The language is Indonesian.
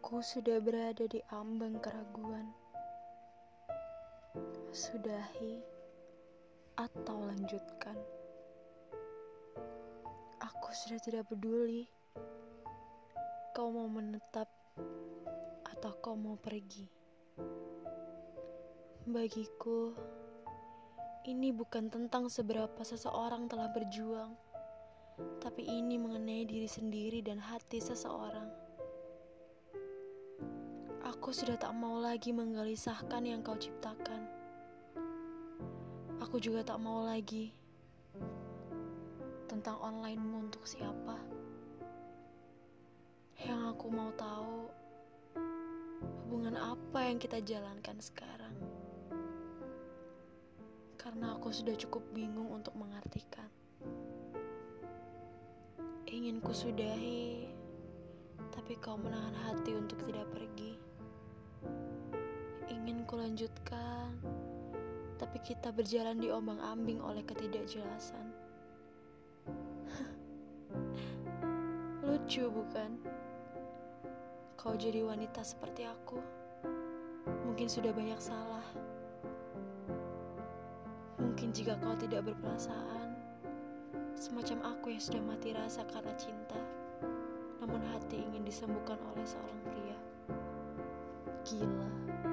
Aku sudah berada di ambang keraguan. Sudahi atau lanjutkan. Aku sudah tidak peduli kau mau menetap atau kau mau pergi. Bagiku, ini bukan tentang seberapa seseorang telah berjuang, tapi ini mengenai diri sendiri dan hati seseorang. Aku sudah tak mau lagi menggelisahkan yang kau ciptakan. Aku juga tak mau lagi tentang online-mu untuk siapa. Yang aku mau tahu, hubungan apa yang kita jalankan sekarang. Karena aku sudah cukup bingung untuk mengartikan. Ingin ku sudahi, tapi kau menahan hati untuk tidak pergi. Ingin ku lanjutkan, tapi kita berjalan diombang-ambing oleh ketidakjelasan. Lucu bukan? Kau jadi wanita seperti aku. Mungkin sudah banyak salah. Mungkin jika kau tidak berperasaan, semacam aku yang sudah mati rasa karena cinta, namun hati ingin disembuhkan oleh seorang pria. Gila.